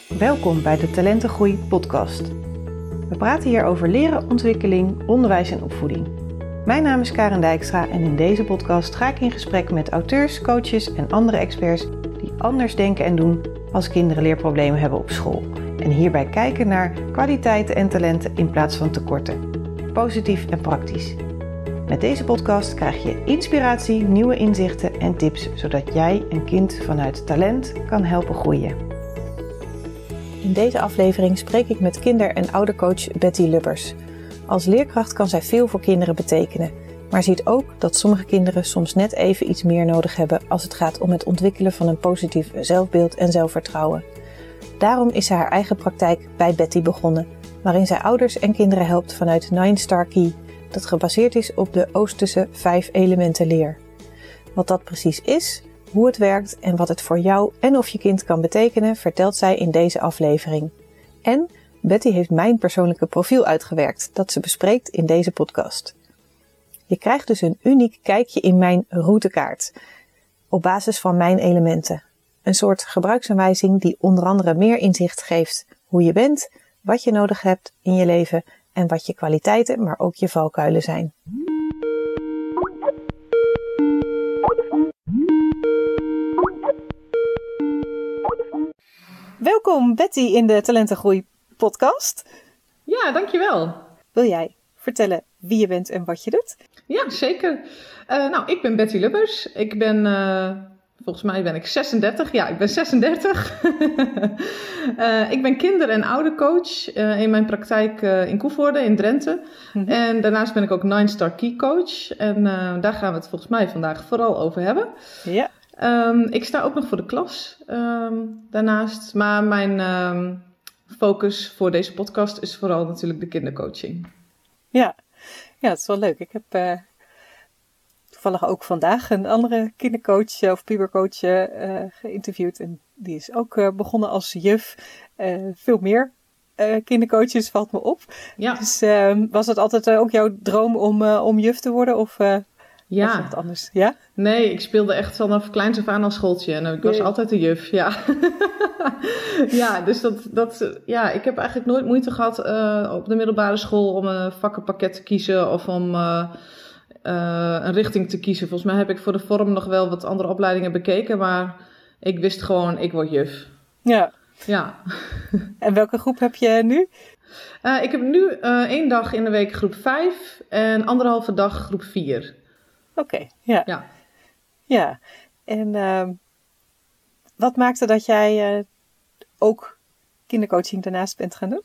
Welkom bij de Talentengroei podcast. We praten hier over leren, ontwikkeling, onderwijs en opvoeding. Mijn naam is Karen Dijkstra en in deze podcast ga ik in gesprek met auteurs, coaches en andere experts die anders denken en doen als kinderen leerproblemen hebben op school. En hierbij kijken naar kwaliteiten en talenten in plaats van tekorten. Positief en praktisch. Met deze podcast krijg je inspiratie, nieuwe inzichten en tips, zodat jij een kind vanuit talent kan helpen groeien. In deze aflevering spreek ik met kinder- en oudercoach Betty Lubbers. Als leerkracht kan zij veel voor kinderen betekenen, maar ziet ook dat sommige kinderen soms net even iets meer nodig hebben als het gaat om het ontwikkelen van een positief zelfbeeld en zelfvertrouwen. Daarom is ze haar eigen praktijk bij Betty begonnen, waarin zij ouders en kinderen helpt vanuit 9-Star Key, dat gebaseerd is op de Oosterse 5 elementen leer. Wat dat precies is, hoe het werkt en wat het voor jou en of je kind kan betekenen, vertelt zij in deze aflevering. En Betty heeft mijn persoonlijke profiel uitgewerkt, dat ze bespreekt in deze podcast. Je krijgt dus een uniek kijkje in mijn routekaart, op basis van mijn elementen. Een soort gebruiksaanwijzing die onder andere meer inzicht geeft hoe je bent, wat je nodig hebt in je leven en wat je kwaliteiten, maar ook je valkuilen zijn. Welkom Betty in de Talentengroei podcast. Ja, dankjewel. Wil jij vertellen wie je bent en wat je doet? Ja, zeker. Ik ben Betty Lubbers. Volgens mij ben ik 36. Ja, ik ben 36. Ik ben kinder- en oudercoach in mijn praktijk in Koevoorde in Drenthe. Mm-hmm. En daarnaast ben ik ook 9-Star Key coach. En daar gaan we het volgens mij vandaag vooral over hebben. Ja. Ik sta ook nog voor de klas daarnaast. Maar mijn focus voor deze podcast is vooral natuurlijk de kindercoaching. Ja, dat is wel leuk. Ik heb toevallig ook vandaag een andere kindercoach of pubercoach geïnterviewd. En die is ook begonnen als juf. Veel meer kindercoaches valt me op. Ja. Dus was het altijd ook jouw droom om juf te worden? Of ja. Was het anders? Ja? Nee, ik speelde echt vanaf kleins af aan als schooltje. En ik was altijd de juf, ja. Ja, dus ik heb eigenlijk nooit moeite gehad op de middelbare school om een vakkenpakket te kiezen of om een richting te kiezen. Volgens mij heb ik voor de vorm nog wel wat andere opleidingen bekeken, maar ik wist gewoon, ik word juf. Ja. Ja. En welke groep heb je nu? Ik heb nu 1 dag in de week groep 5 en 1,5 dag groep 4. Oké, ja. Ja, en wat maakte dat jij ook kindercoaching daarnaast bent gaan doen?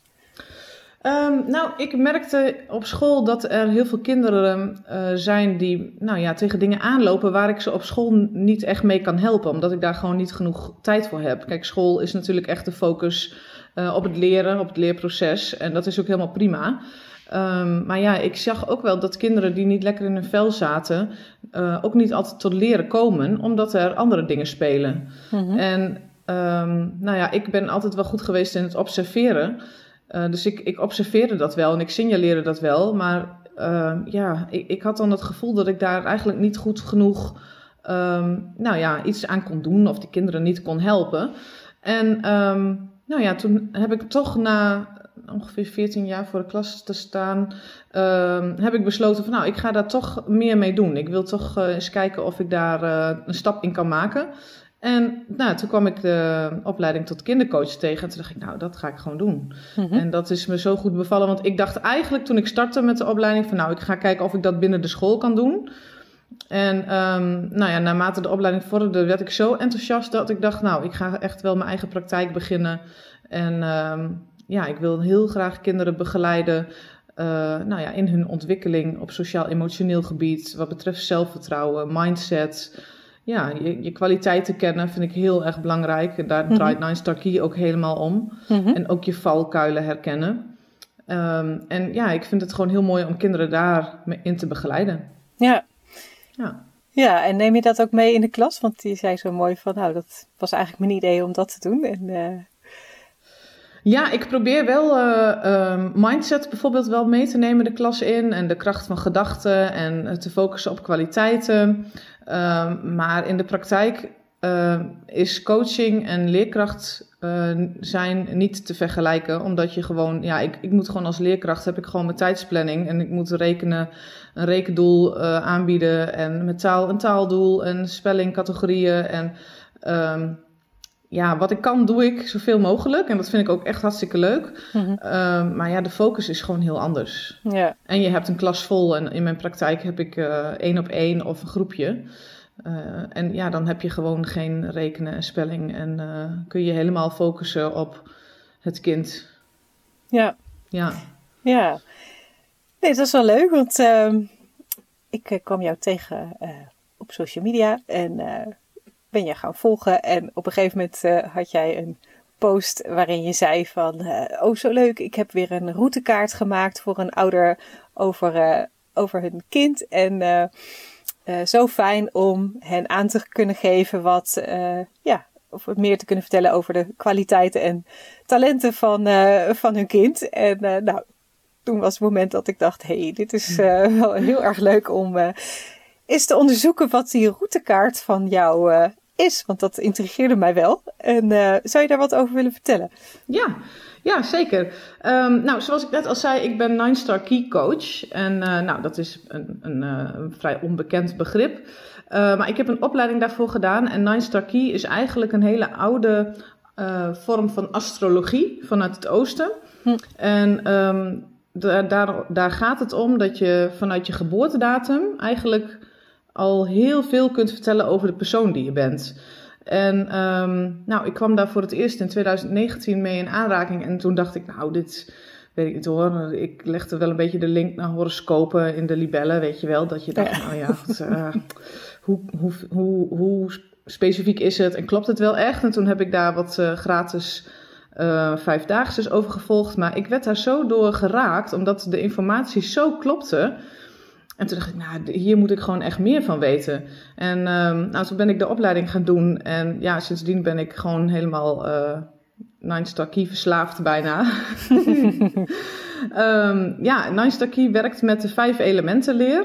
Ik merkte op school dat er heel veel kinderen zijn die tegen dingen aanlopen waar ik ze op school niet echt mee kan helpen. Omdat ik daar gewoon niet genoeg tijd voor heb. Kijk, school is natuurlijk echt de focus op het leren, op het leerproces. En dat is ook helemaal prima. Maar ik zag ook wel dat kinderen die niet lekker in hun vel zaten, ook niet altijd tot leren komen, omdat er andere dingen spelen. Mm-hmm. En ik ben altijd wel goed geweest in het observeren. Dus ik observeerde dat wel en ik signaleerde dat wel. Maar ik had dan het gevoel dat ik daar eigenlijk niet goed genoeg iets aan kon doen of die kinderen niet kon helpen. En toen heb ik toch na ongeveer 14 jaar voor de klas te staan, heb ik besloten van ik ga daar toch meer mee doen. Ik wil toch eens kijken of ik daar een stap in kan maken. En toen kwam ik de opleiding tot kindercoach tegen. En toen dacht ik, dat ga ik gewoon doen. Mm-hmm. En dat is me zo goed bevallen. Want ik dacht eigenlijk toen ik startte met de opleiding van ik ga kijken of ik dat binnen de school kan doen. En naarmate de opleiding vorderde werd ik zo enthousiast dat ik dacht, ik ga echt wel mijn eigen praktijk beginnen. En ik wil heel graag kinderen begeleiden in hun ontwikkeling op sociaal-emotioneel gebied. Wat betreft zelfvertrouwen, mindset. Ja, je kwaliteiten kennen vind ik heel erg belangrijk. En daar draait 9-Star Key ook helemaal om. Mm-hmm. En ook je valkuilen herkennen. Ik vind het gewoon heel mooi om kinderen daarin te begeleiden. Ja. Ja, en neem je dat ook mee in de klas? Want die zei zo mooi van, dat was eigenlijk mijn idee om dat te doen. En Ja, ik probeer wel mindset bijvoorbeeld wel mee te nemen de klas in. En de kracht van gedachten en te focussen op kwaliteiten. Maar in de praktijk is coaching en leerkracht zijn niet te vergelijken. Omdat je gewoon, ik moet gewoon als leerkracht, heb ik gewoon mijn tijdsplanning. En ik moet een rekendoel aanbieden. En met taal een taaldoel en spellingcategorieën. En wat ik kan, doe ik zoveel mogelijk. En dat vind ik ook echt hartstikke leuk. Mm-hmm. Maar de focus is gewoon heel anders. Yeah. En je hebt een klas vol. En in mijn praktijk heb ik 1-op-1 of een groepje. Dan heb je gewoon geen rekenen en spelling. En kun je helemaal focussen op het kind. Ja. Nee, dat is wel leuk. Want ik kwam jou tegen op social media. En ben je gaan volgen. En op een gegeven moment had jij een post waarin je zei van... zo leuk, ik heb weer een routekaart gemaakt voor een ouder over hun kind. En... zo fijn om hen aan te kunnen geven of meer te kunnen vertellen over de kwaliteiten en talenten van hun kind. En toen was het moment dat ik dacht, dit is wel heel erg leuk om eens te onderzoeken wat die routekaart van jou is. Want dat intrigeerde mij wel. En zou je daar wat over willen vertellen? Ja, zeker. Zoals ik net al zei, ik ben 9-Star Key Coach. En dat is een vrij onbekend begrip. Maar ik heb een opleiding daarvoor gedaan. En 9-Star Key is eigenlijk een hele oude vorm van astrologie vanuit het oosten. En daar gaat het om dat je vanuit je geboortedatum eigenlijk al heel veel kunt vertellen over de persoon die je bent. En ik kwam daar voor het eerst in 2019 mee in aanraking. En toen dacht ik, dit weet ik niet hoor. Ik legde wel een beetje de link naar horoscopen in de libellen, weet je wel. Dat je dacht, hoe specifiek is het? En klopt het wel echt? En toen heb ik daar wat gratis 5-daagse over gevolgd. Maar ik werd daar zo door geraakt, omdat de informatie zo klopte. En toen dacht ik, hier moet ik gewoon echt meer van weten. En toen ben ik de opleiding gaan doen. En sindsdien ben ik gewoon helemaal 9-Star Key verslaafd bijna. 9-Star Key werkt met de 5 elementenleer.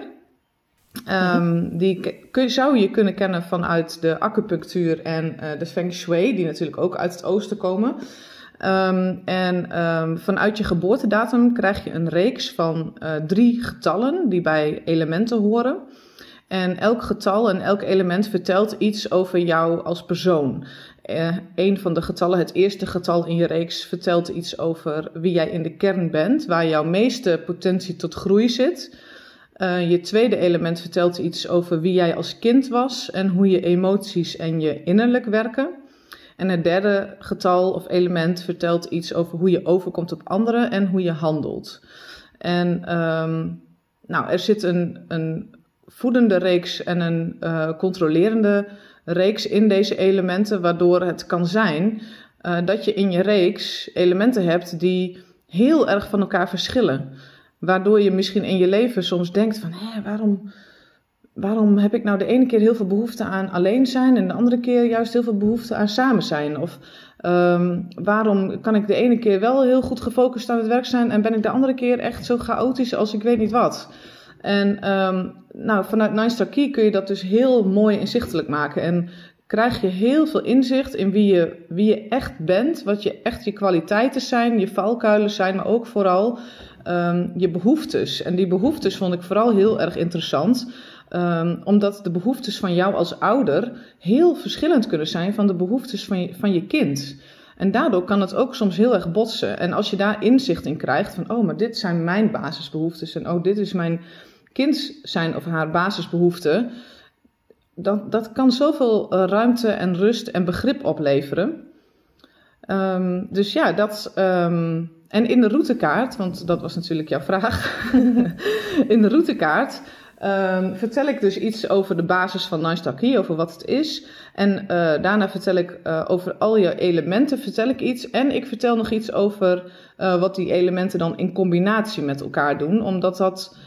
Die zou je kunnen kennen vanuit de acupunctuur en de feng shui. Die natuurlijk ook uit het oosten komen. Vanuit je geboortedatum krijg je een reeks van 3 getallen die bij elementen horen. En elk getal en elk element vertelt iets over jou als persoon. Een van de getallen, het eerste getal in je reeks, vertelt iets over wie jij in de kern bent, waar jouw meeste potentie tot groei zit. Je tweede element vertelt iets over wie jij als kind was en hoe je emoties en je innerlijk werken. En het derde getal of element vertelt iets over hoe je overkomt op anderen en hoe je handelt. En er zit een voedende reeks en een controlerende reeks in deze elementen, waardoor het kan zijn dat je in je reeks elementen hebt die heel erg van elkaar verschillen. Waardoor je misschien in je leven soms denkt van, waarom heb ik nou de ene keer heel veel behoefte aan alleen zijn en de andere keer juist heel veel behoefte aan samen zijn? Of waarom kan ik de ene keer wel heel goed gefocust aan het werk zijn en ben ik de andere keer echt zo chaotisch als ik weet niet wat? En vanuit 9-Star Key kun je dat dus heel mooi inzichtelijk maken en krijg je heel veel inzicht in wie je echt bent, wat je kwaliteiten zijn, je valkuilen zijn, maar ook vooral je behoeftes. En die behoeftes vond ik vooral heel erg interessant, omdat de behoeftes van jou als ouder heel verschillend kunnen zijn van de behoeftes van je kind. En daardoor kan het ook soms heel erg botsen. En als je daar inzicht in krijgt van, maar dit zijn mijn basisbehoeftes en dit is mijn kind zijn of haar basisbehoeften, dat kan zoveel ruimte en rust en begrip opleveren. En in de routekaart, want dat was natuurlijk jouw vraag. In de routekaart vertel ik dus iets over de basis van 9-Star Key, over wat het is. En daarna vertel ik over al je elementen vertel ik iets. En ik vertel nog iets over wat die elementen dan in combinatie met elkaar doen. Omdat dat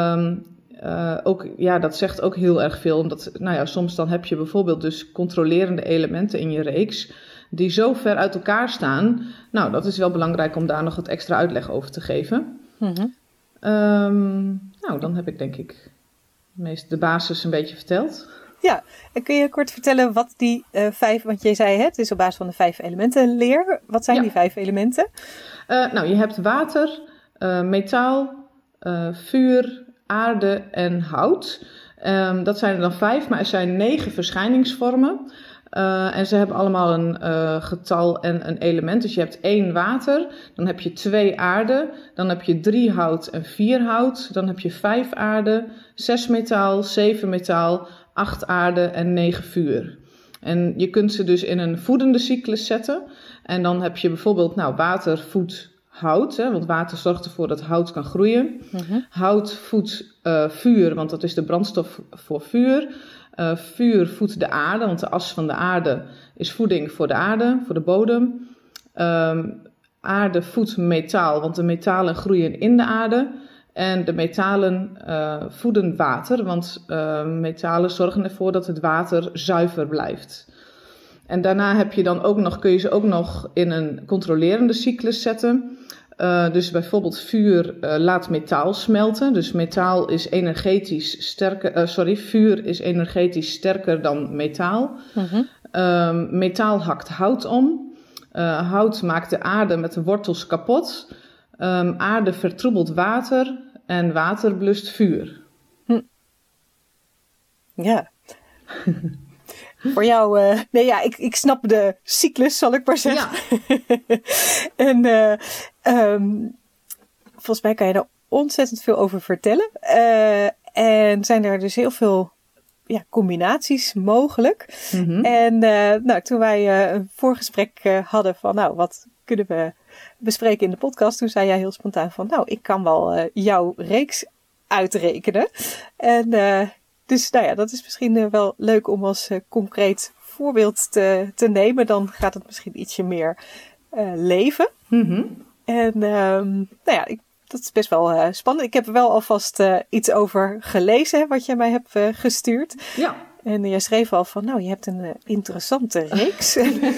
dat zegt ook heel erg veel. Omdat, soms dan heb je bijvoorbeeld dus controlerende elementen in je reeks die zo ver uit elkaar staan. Nou, dat is wel belangrijk om daar nog wat extra uitleg over te geven. Mm-hmm. Nou, dan heb ik denk ik de basis een beetje verteld. Ja, en kun je kort vertellen wat die 5, want je zei het is op basis van de 5 elementen leer. Wat zijn die 5 elementen? Je hebt water, metaal, vuur, aarde en hout. Dat zijn er dan 5, maar er zijn 9 verschijningsvormen. En ze hebben allemaal een getal en een element. Dus je hebt 1 water, dan heb je 2 aarde, dan heb je 3 hout en 4 hout. Dan heb je 5 aarde, 6 metaal, 7 metaal, 8 aarde en 9 vuur. En je kunt ze dus in een voedende cyclus zetten. En dan heb je bijvoorbeeld water voedt hout, want water zorgt ervoor dat hout kan groeien. Mm-hmm. Hout voedt vuur, want dat is de brandstof voor vuur. Vuur voedt de aarde, want de as van de aarde is voeding voor de aarde, voor de bodem. Aarde voedt metaal, want de metalen groeien in de aarde. En de metalen voeden water, want metalen zorgen ervoor dat het water zuiver blijft. En daarna heb je dan kun je ze ook nog in een controlerende cyclus zetten. Dus bijvoorbeeld vuur laat metaal smelten. Dus metaal is energetisch sterker. Vuur is energetisch sterker dan metaal. Mm-hmm. Metaal hakt hout om. Hout maakt de aarde met de wortels kapot. Aarde vertroebelt water en water blust vuur. Ja. Voor jou, ik snap de cyclus, zal ik maar zeggen. Ja. En volgens mij kan je daar ontzettend veel over vertellen. En zijn er dus heel veel combinaties mogelijk. Mm-hmm. En toen wij een voorgesprek hadden van wat kunnen we bespreken in de podcast, toen zei jij heel spontaan van ik kan wel jouw reeks uitrekenen. En dus dat is misschien wel leuk om als concreet voorbeeld te nemen. Dan gaat het misschien ietsje meer leven. Mm-hmm. En dat is best wel spannend. Ik heb er wel alvast iets over gelezen, wat jij mij hebt gestuurd. Ja. En jij schreef al van, je hebt een interessante reeks.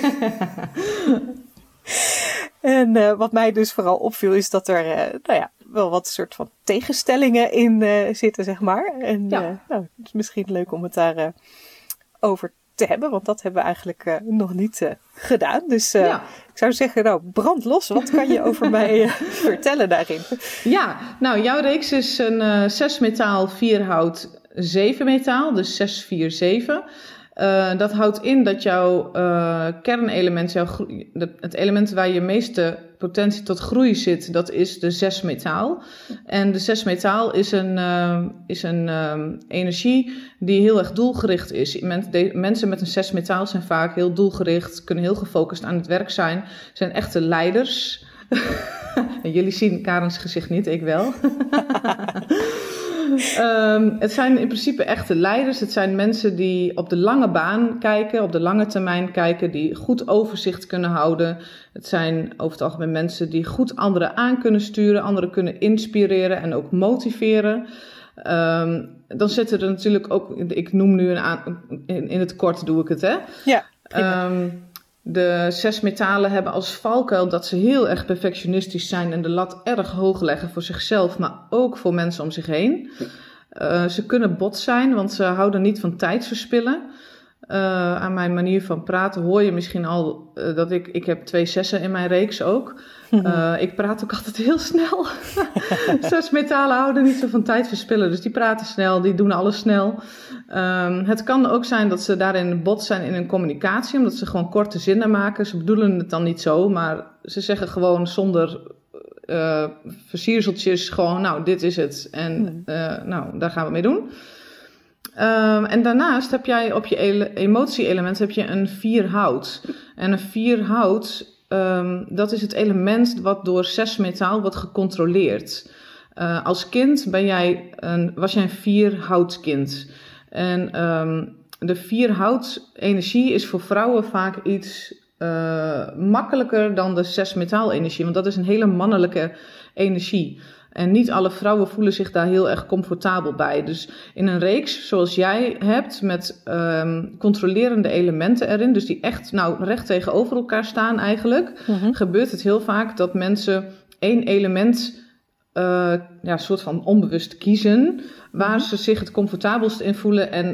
En wat mij dus vooral opviel is dat er wel wat soort van tegenstellingen in zitten, zeg maar. En het is misschien leuk om het daar over te hebben, want dat hebben we eigenlijk nog niet gedaan. Dus ik zou zeggen, brand los. Wat kan je over mij vertellen daarin? Ja, jouw reeks is een 6 metaal, 4 hout, 7 metaal. Dus 6, 4, 7. Dat houdt in dat jouw kernelement, het element waar je meeste potentie tot groei zit, dat is de 6 metaal. En de 6 metaal is een energie die heel erg doelgericht is. Mensen met een 6 metaal zijn vaak heel doelgericht, kunnen heel gefocust aan het werk zijn, zijn echte leiders. En jullie zien Karens gezicht niet, ik wel. Het zijn in principe echte leiders. Het zijn mensen die op de lange baan kijken, op de lange termijn kijken, die goed overzicht kunnen houden. Het zijn over het algemeen mensen die goed anderen aan kunnen sturen, anderen kunnen inspireren en ook motiveren. Dan zitten er natuurlijk ook, ik noem nu in het kort doe ik het, hè? Ja. De 6 metalen hebben als valkuil dat ze heel erg perfectionistisch zijn en de lat erg hoog leggen voor zichzelf, maar ook voor mensen om zich heen. Ze kunnen bot zijn, want ze houden niet van tijd verspillen. Aan mijn manier van praten hoor je misschien al dat ik heb 2 6'en in mijn reeks ook. Ik praat ook altijd heel snel. 6 metalen houden niet zo van tijd verspillen, dus die praten snel, die doen alles snel. Het kan ook zijn dat ze daarin bot zijn in hun communicatie, omdat ze gewoon korte zinnen maken. Ze bedoelen het dan niet zo, maar ze zeggen gewoon zonder versierseltjes gewoon, dit is het. En daar gaan we mee doen. En daarnaast heb jij op je emotie-element heb je een 4 hout. En een 4 hout, dat is het element wat door 6 metaal wordt gecontroleerd. Als kind was jij een 4 houtkind. En de 4 hout energie is voor vrouwen vaak iets makkelijker dan de 6 metaal energie. Want dat is een hele mannelijke energie. En niet alle vrouwen voelen zich daar heel erg comfortabel bij. Dus in een reeks zoals jij hebt met controlerende elementen erin, dus die echt recht tegenover elkaar staan eigenlijk, gebeurt het heel vaak dat mensen 1 element soort van onbewust kiezen, waar ze zich het comfortabelst in voelen en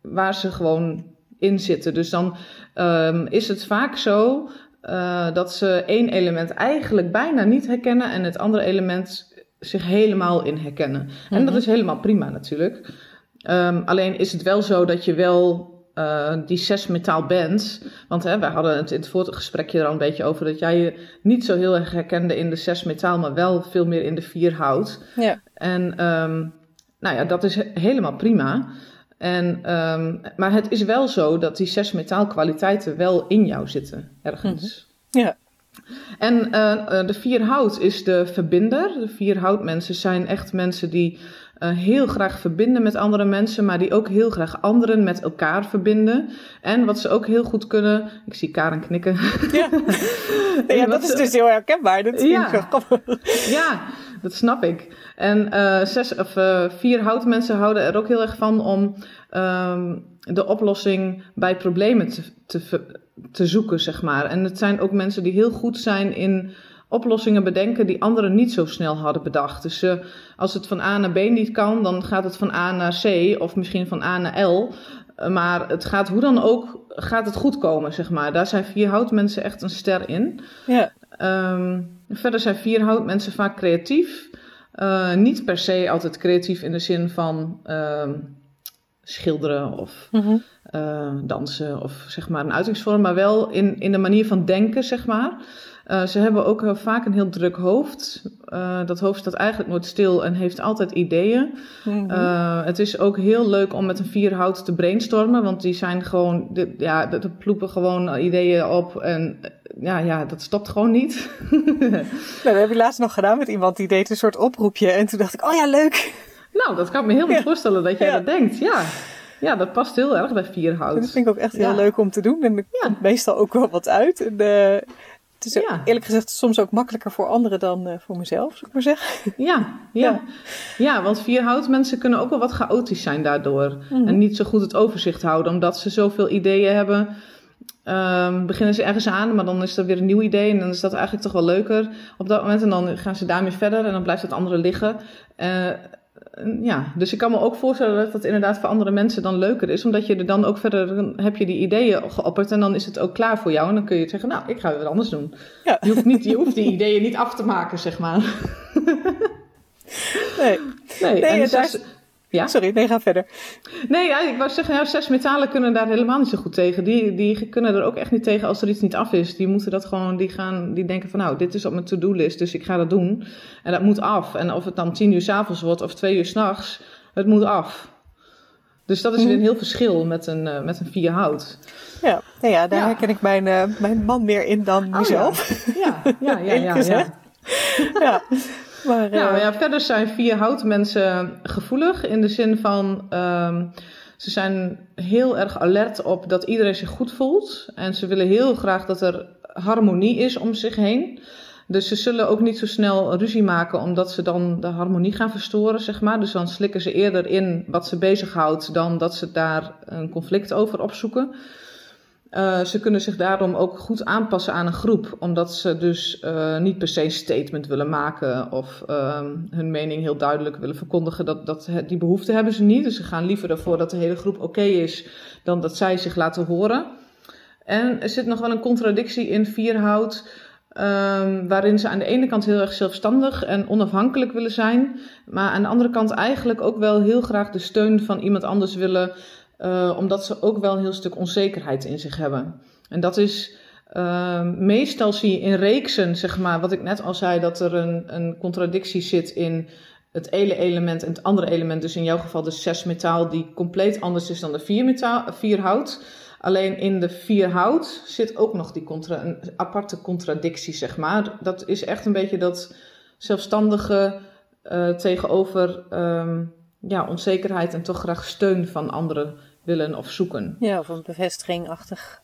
waar ze gewoon in zitten. Dus dan is het vaak zo dat ze één element eigenlijk bijna niet herkennen en het andere element zich helemaal in herkennen. En dat is helemaal prima natuurlijk. Alleen is het wel zo dat je wel die 6 metaal bent. Want wij hadden het in het vorige gesprekje er al een beetje over dat jij je niet zo heel erg herkende in de 6 metaal, maar wel veel meer in de 4 hout. Ja. En dat is helemaal prima. Maar het is wel zo dat die 6 metaal kwaliteiten wel in jou zitten ergens. Ja. En de 4 hout is de verbinder. De 4 houtmensen zijn echt mensen die heel graag verbinden met andere mensen, maar die ook heel graag anderen met elkaar verbinden. En wat ze ook heel goed kunnen, ik zie Karen knikken. Ja, dat is dus heel herkenbaar. Dat is ja, dat snap ik. En 4 houtmensen houden er ook heel erg van om de oplossing bij problemen te zoeken, zeg maar. En het zijn ook mensen die heel goed zijn in oplossingen bedenken die anderen niet zo snel hadden bedacht. Dus als het van A naar B niet kan, dan gaat het van A naar C of misschien van A naar L. Maar het gaat hoe dan ook, gaat het goed komen, zeg maar. Daar zijn 4 houtmensen echt een ster in. Ja. Verder zijn 4 houtmensen vaak creatief. Niet per se altijd creatief in de zin van schilderen of dansen of zeg maar een uitingsvorm, maar wel in de manier van denken, zeg maar. Ze hebben ook vaak een heel druk hoofd. Dat hoofd staat eigenlijk nooit stil en heeft altijd ideeën. Het is ook heel leuk om met een 4 hout te brainstormen, want die zijn gewoon, de ploepen gewoon ideeën op en dat stopt gewoon niet. Dat heb ik laatst nog gedaan met iemand die deed een soort oproepje en toen dacht ik, oh ja, leuk. Nou, dat kan ik me heel goed voorstellen dat jij dat denkt, Ja, dat past heel erg bij 4 hout. Dat vind ik ook echt heel leuk om te doen en er komt meestal ook wel wat uit. En, het is eerlijk gezegd soms ook makkelijker voor anderen dan voor mezelf, zou ik maar zeggen. Ja, want 4 houtmensen kunnen ook wel wat chaotisch zijn daardoor. En niet zo goed het overzicht houden, omdat ze zoveel ideeën hebben. Beginnen ze ergens aan, maar dan is er weer een nieuw idee en dan is dat eigenlijk toch wel leuker op dat moment. En dan gaan ze daarmee verder en dan blijft het andere liggen. Dus ik kan me ook voorstellen dat dat inderdaad voor andere mensen dan leuker is. Omdat je er dan ook verder, heb je die ideeën geopperd en dan is het ook klaar voor jou. En dan kun je zeggen, nou, ik ga weer wat anders doen. Ja. Je hoeft die ideeën niet af te maken, zeg maar. Nee, sorry, ga verder. Nee, ik wou zeggen, 6 metalen kunnen daar helemaal niet zo goed tegen. Die kunnen er ook echt niet tegen als er iets niet af is. Die moeten dat gewoon, die denken van nou, dit is op mijn to-do-list, dus ik ga dat doen. En dat moet af. En of het dan 10 uur 's avonds wordt of 2 uur 's nachts, het moet af. Dus dat is weer een heel verschil met een 4 hout. Daar herken ik mijn man meer in dan mezelf. Ja. Maar, verder zijn 4 houtmensen gevoelig in de zin van ze zijn heel erg alert op dat iedereen zich goed voelt. En ze willen heel graag dat er harmonie is om zich heen. Dus ze zullen ook niet zo snel ruzie maken omdat ze dan de harmonie gaan verstoren, zeg maar. Dus dan slikken ze eerder in wat ze bezighoudt dan dat ze daar een conflict over opzoeken. Ze kunnen zich daarom ook goed aanpassen aan een groep, omdat ze dus niet per se een statement willen maken of hun mening heel duidelijk willen verkondigen. Die behoefte hebben ze niet, dus ze gaan liever ervoor dat de hele groep oké is dan dat zij zich laten horen. En er zit nog wel een contradictie in 4 hout, waarin ze aan de ene kant heel erg zelfstandig en onafhankelijk willen zijn, maar aan de andere kant eigenlijk ook wel heel graag de steun van iemand anders willen, omdat ze ook wel een heel stuk onzekerheid in zich hebben. En dat is meestal zie je in reeksen, zeg maar, wat ik net al zei, dat er een contradictie zit in het ene element en het andere element. Dus in jouw geval de 6 metaal die compleet anders is dan de 4 hout. Alleen in de 4 hout zit ook nog een aparte contradictie, zeg maar. Dat is echt een beetje dat zelfstandige tegenover onzekerheid en toch graag steun van anderen willen of zoeken. Ja, of een bevestigingachtig.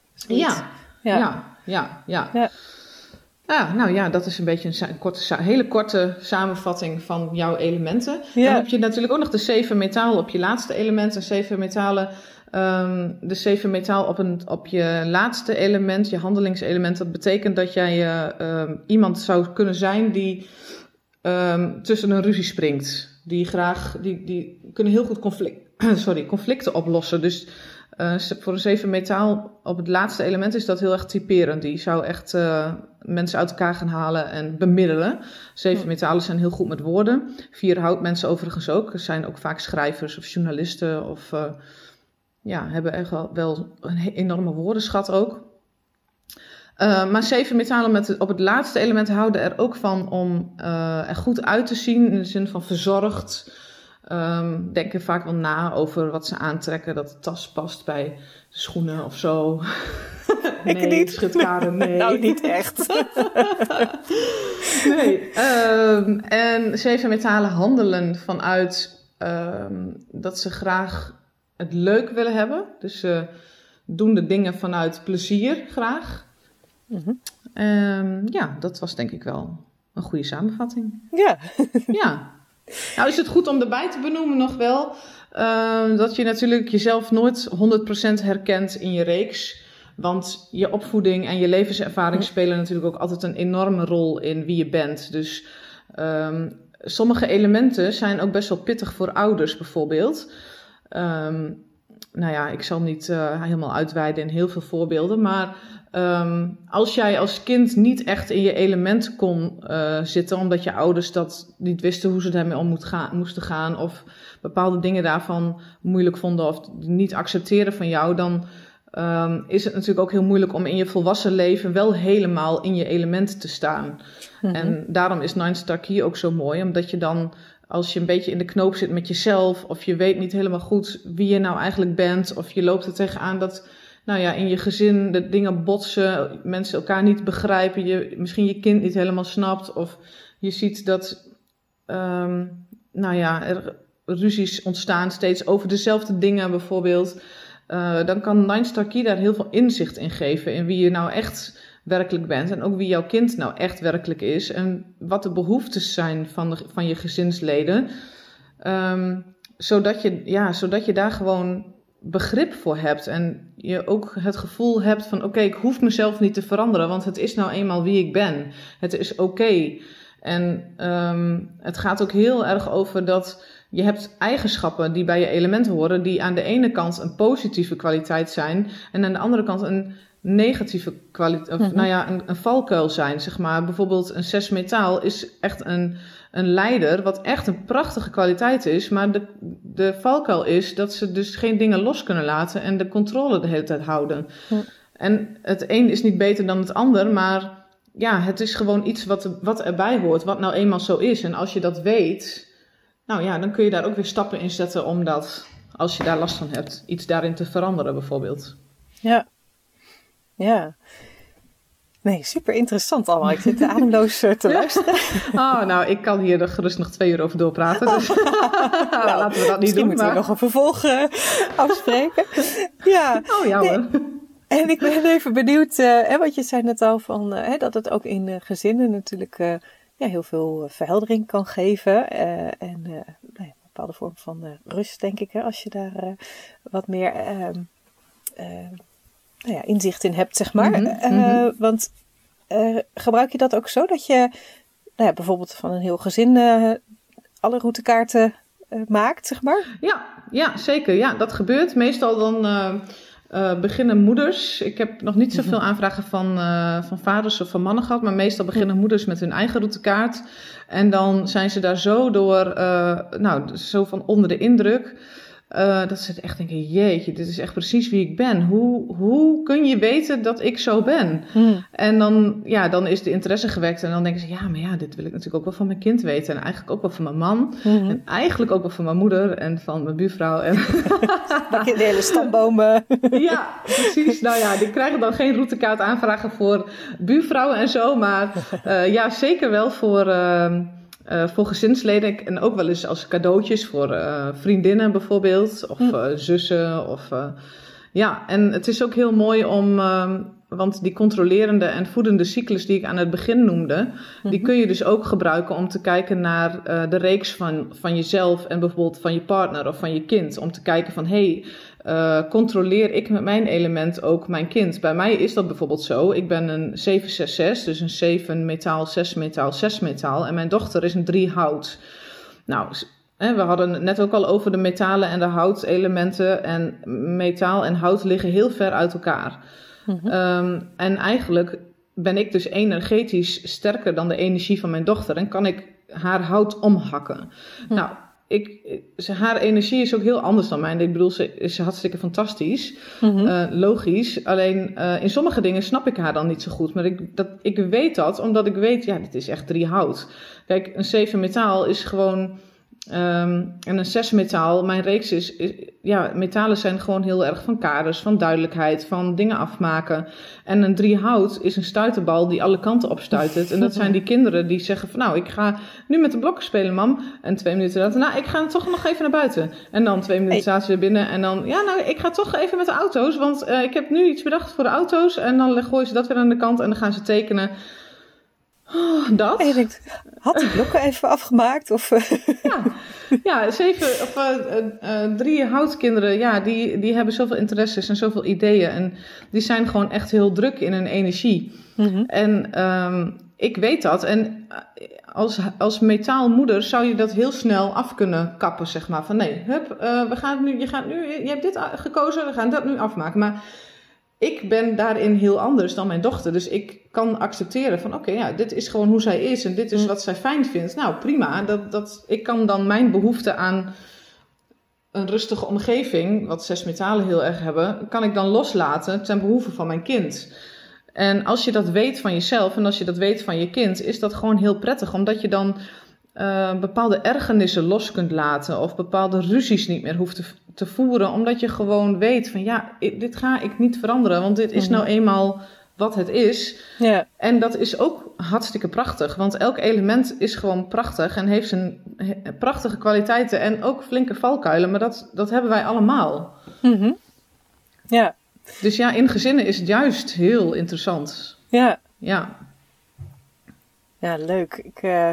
Ja, dat is een beetje een hele korte samenvatting van jouw elementen. Ja. Dan heb je natuurlijk ook nog de 7 metaal op je laatste element. En 7 metalen, de 7 metaal op je laatste element, je handelingselement. Dat betekent dat jij iemand zou kunnen zijn die tussen een ruzie springt. Die kunnen heel goed conflicten oplossen. Dus voor een 7 metaal op het laatste element is dat heel erg typerend. Die zou echt mensen uit elkaar gaan halen en bemiddelen. 7 metalen zijn heel goed met woorden. 4 houtmensen overigens ook. Er zijn ook vaak schrijvers of journalisten of hebben echt wel een enorme woordenschat ook. Maar 7 metalen op het laatste element houden er ook van om er goed uit te zien. In de zin van verzorgd. Denken vaak wel na over wat ze aantrekken. Dat de tas past bij de schoenen of zo. Nee, ik niet. Schudt Karen, nee. Nou, niet echt. Nee. En 7 metalen handelen vanuit dat ze graag het leuk willen hebben. Dus ze doen de dingen vanuit plezier graag. Dat was denk ik wel een goede samenvatting. Ja. Ja. Nou is het goed om erbij te benoemen nog wel dat je natuurlijk jezelf nooit 100% herkent in je reeks. Want je opvoeding en je levenservaring spelen natuurlijk ook altijd een enorme rol in wie je bent. Dus sommige elementen zijn ook best wel pittig voor ouders bijvoorbeeld. Ik zal niet helemaal uitweiden in heel veel voorbeelden, maar als jij als kind niet echt in je element kon zitten, omdat je ouders dat niet wisten hoe ze ermee om moesten gaan, of bepaalde dingen daarvan moeilijk vonden of niet accepteren van jou, dan is het natuurlijk ook heel moeilijk om in je volwassen leven wel helemaal in je element te staan. En daarom is Nine Star Key ook zo mooi, omdat je dan, als je een beetje in de knoop zit met jezelf, of je weet niet helemaal goed wie je nou eigenlijk bent, of je loopt er tegenaan dat in je gezin de dingen botsen, mensen elkaar niet begrijpen, misschien je kind niet helemaal snapt, of je ziet dat er ruzies ontstaan steeds over dezelfde dingen bijvoorbeeld, dan kan Nine Star Key daar heel veel inzicht in geven in wie je nou echt werkelijk bent en ook wie jouw kind nou echt werkelijk is en wat de behoeftes zijn van je gezinsleden, zodat je daar gewoon begrip voor hebt en je ook het gevoel hebt van oké, ik hoef mezelf niet te veranderen, want het is nou eenmaal wie ik ben. Het is oké. En het gaat ook heel erg over dat je hebt eigenschappen die bij je elementen horen, die aan de ene kant een positieve kwaliteit zijn en aan de andere kant een negatieve kwaliteit, een valkuil zijn, zeg maar. Bijvoorbeeld een 6 metaal is echt een leider, wat echt een prachtige kwaliteit is, maar de valkuil is dat ze dus geen dingen los kunnen laten en de controle de hele tijd houden. En het een is niet beter dan het ander, maar het is gewoon iets wat erbij hoort, wat nou eenmaal zo is. En als je dat weet, dan kun je daar ook weer stappen in zetten om dat, als je daar last van hebt, iets daarin te veranderen bijvoorbeeld. Ja. Nee, super interessant allemaal. Ik zit ademloos te luisteren. Ik kan hier gerust nog 2 uur over doorpraten. Dus laten we dat niet doen. Moeten we nog een vervolg afspreken. Ja. Oh ja hoor. En ik ben even benieuwd, want je zei net al van, dat het ook in gezinnen natuurlijk heel veel verheldering kan geven. Een bepaalde vorm van rust, denk ik, als je daar wat meer inzicht in hebt, zeg maar. Want gebruik je dat ook zo dat je bijvoorbeeld van een heel gezin alle routekaarten maakt, zeg maar? Ja, zeker. Ja, dat gebeurt. Meestal dan beginnen moeders. Ik heb nog niet zoveel aanvragen van vaders of van mannen gehad, maar meestal beginnen moeders met hun eigen routekaart. En dan zijn ze daar zo door, zo van onder de indruk, dat ze echt denken, jeetje, dit is echt precies wie ik ben. Hoe kun je weten dat ik zo ben? En dan is de interesse gewekt en dan denken ze, dit wil ik natuurlijk ook wel van mijn kind weten. En eigenlijk ook wel van mijn man. En eigenlijk ook wel van mijn moeder en van mijn buurvrouw. En de hele stambomen. Ja, precies. Die krijgen dan geen routekaart aanvragen voor buurvrouwen en zo. Maar zeker wel voor gezinsleden en ook wel eens als cadeautjes voor vriendinnen bijvoorbeeld, of zussen. En het is ook heel mooi om, want die controlerende en voedende cyclus die ik aan het begin noemde, die kun je dus ook gebruiken om te kijken naar de reeks van jezelf en bijvoorbeeld van je partner of van je kind. Om te kijken van, controleer ik met mijn element ook mijn kind? Bij mij is dat bijvoorbeeld zo. Ik ben een 766, dus een 7 metaal, 6 metaal, 6 metaal. En mijn dochter is een 3 hout. Nou, We hadden het net ook al over de metalen en de houtelementen. En metaal en hout liggen heel ver uit elkaar. Mm-hmm. En eigenlijk ben ik dus energetisch sterker dan de energie van mijn dochter. En kan ik haar hout omhakken. Nou, haar energie is ook heel anders dan mijn. Ik bedoel, ze is hartstikke fantastisch. Mm-hmm. Logisch. Alleen in sommige dingen snap ik haar dan niet zo goed. Maar ik weet dat, omdat ik weet, dit is echt 3 hout. Kijk, een 7 metaal is gewoon... en een 6 metaal, mijn reeks is... metalen zijn gewoon heel erg van kaders, van duidelijkheid, van dingen afmaken. En een 3 hout is een stuiterbal die alle kanten opstuitert. En dat zijn die kinderen die zeggen van... Nou, ik ga nu met de blokken spelen, mam. En 2 minuten later, nou, ik ga toch nog even naar buiten. En dan 2 minuten staat ze weer binnen. En dan, ik ga toch even met de auto's. Want ik heb nu iets bedacht voor de auto's. En dan gooien ze dat weer aan de kant en dan gaan ze tekenen... dat. En je denkt, had die blokken even afgemaakt? Of... Ja, 3 houtkinderen, die hebben zoveel interesses en zoveel ideeën. En die zijn gewoon echt heel druk in hun energie. Mm-hmm. En ik weet dat. En als metaalmoeder zou je dat heel snel af kunnen kappen, zeg maar. Van nee, je hebt dit gekozen, we gaan dat nu afmaken. Maar... ik ben daarin heel anders dan mijn dochter. Dus ik kan accepteren van dit is gewoon hoe zij is. En dit is wat zij fijn vindt. Nou, prima. Ik kan dan mijn behoefte aan een rustige omgeving... wat 6 metalen heel erg hebben... kan ik dan loslaten ten behoeve van mijn kind. En als je dat weet van jezelf... en als je dat weet van je kind... is dat gewoon heel prettig. Omdat je dan... bepaalde ergernissen los kunt laten... of bepaalde ruzies niet meer hoeft te voeren... omdat je gewoon weet van dit ga ik niet veranderen... want dit is nou eenmaal wat het is. Ja. En dat is ook hartstikke prachtig... want elk element is gewoon prachtig... en heeft zijn prachtige kwaliteiten... en ook flinke valkuilen... maar dat hebben wij allemaal. Mm-hmm. Ja. Dus in gezinnen is het juist heel interessant. Ja. Ja. Ja, leuk.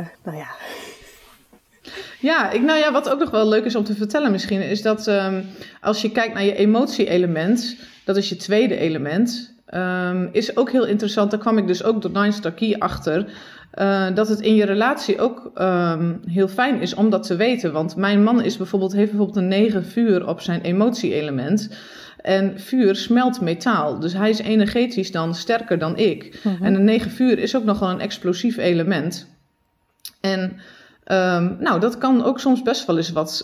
Wat ook nog wel leuk is om te vertellen misschien... is dat als je kijkt naar je emotie-element... dat is je tweede element... is ook heel interessant. Daar kwam ik dus ook door Nine Star Key achter... dat het in je relatie ook heel fijn is om dat te weten. Want mijn man heeft bijvoorbeeld een 9 vuur op zijn emotie-element... En vuur smelt metaal. Dus hij is energetisch dan sterker dan ik. Mm-hmm. En een 9 vuur is ook nogal een explosief element. En dat kan ook soms best wel eens wat...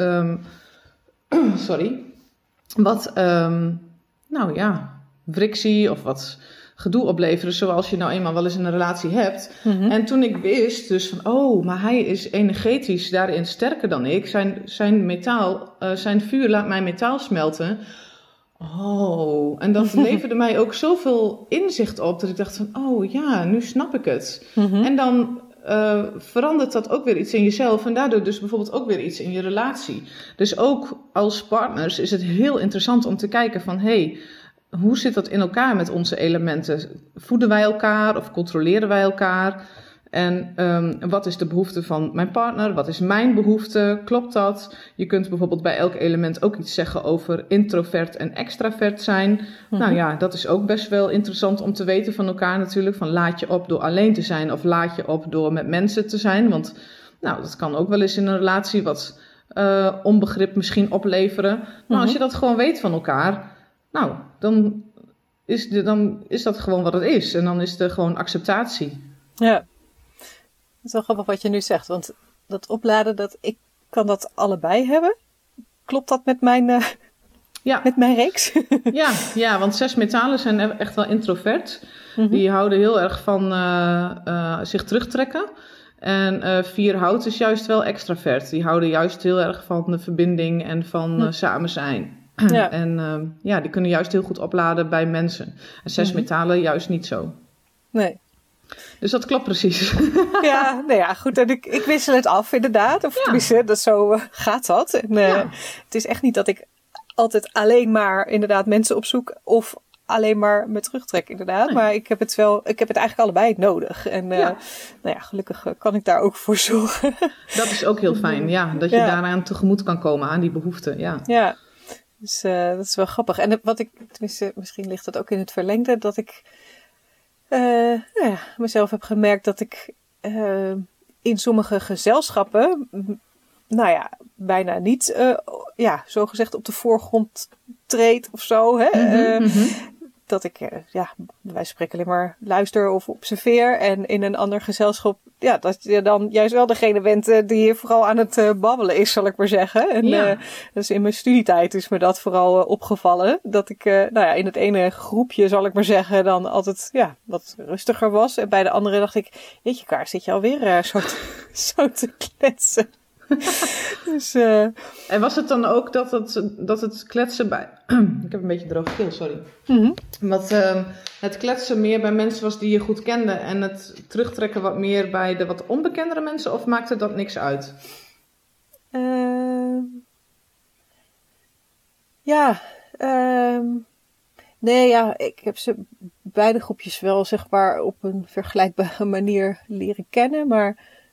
frictie of wat gedoe opleveren... zoals je nou eenmaal wel eens in een relatie hebt. Mm-hmm. En toen ik wist dus van... maar hij is energetisch daarin sterker dan ik. Zijn vuur laat mijn metaal smelten... en dat leverde mij ook zoveel inzicht op... dat ik dacht van, nu snap ik het. Mm-hmm. En dan verandert dat ook weer iets in jezelf... en daardoor dus bijvoorbeeld ook weer iets in je relatie. Dus ook als partners is het heel interessant om te kijken van... hoe zit dat in elkaar met onze elementen? Voeden wij elkaar of controleren wij elkaar? En wat is de behoefte van mijn partner? Wat is mijn behoefte? Klopt dat? Je kunt bijvoorbeeld bij elk element ook iets zeggen over introvert en extravert zijn. Mm-hmm. Nou ja, dat is ook best wel interessant om te weten van elkaar natuurlijk. Van laat je op door alleen te zijn of laat je op door met mensen te zijn. Want dat kan ook wel eens in een relatie wat onbegrip misschien opleveren. Maar als je dat gewoon weet van elkaar, dan is dat gewoon wat het is. En dan is er gewoon acceptatie. Ja. Het is wel grappig wat je nu zegt, want dat opladen, ik kan dat allebei hebben. Klopt dat met mijn, met mijn reeks? Ja, want 6 metalen zijn echt wel introvert. Mm-hmm. Die houden heel erg van zich terugtrekken. En 4 hout is juist wel extravert. Die houden juist heel erg van de verbinding en van samen zijn. Ja. En die kunnen juist heel goed opladen bij mensen. En 6 metalen juist niet zo. Nee. Dus dat klopt precies. Ja, goed. En ik wissel het af inderdaad. Of tenminste, zo gaat dat. En, het is echt niet dat ik altijd alleen maar inderdaad mensen opzoek. Of alleen maar me terugtrek inderdaad. Nee. Maar ik heb het eigenlijk allebei nodig. En gelukkig kan ik daar ook voor zorgen. Dat is ook heel fijn. Ja, dat je daaraan tegemoet kan komen aan die behoeften. Ja. Dus dat is wel grappig. En tenminste, misschien ligt dat ook in het verlengde, dat ik mezelf heb gemerkt dat ik in sommige gezelschappen bijna niet, zogezegd op de voorgrond treedt of zo. Hè? Dat ik, wij spreken alleen maar luister of observeer. En in een ander gezelschap, dat je dan juist wel degene bent die vooral aan het babbelen is, zal ik maar zeggen. En dus in mijn studietijd is me dat vooral opgevallen. Dat ik, in het ene groepje, zal ik maar zeggen, dan altijd, wat rustiger was. En bij de andere dacht ik, jeetje Kaar, zit je alweer zo te kletsen. Dus, En was het dan ook dat het kletsen bij... Ik heb een beetje droge keel, sorry. Dat het kletsen meer bij mensen was die je goed kende en het terugtrekken wat meer bij de wat onbekendere mensen, of maakte dat niks uit? Ik heb ze beide groepjes wel, zeg maar, op een vergelijkbare manier leren kennen, maar...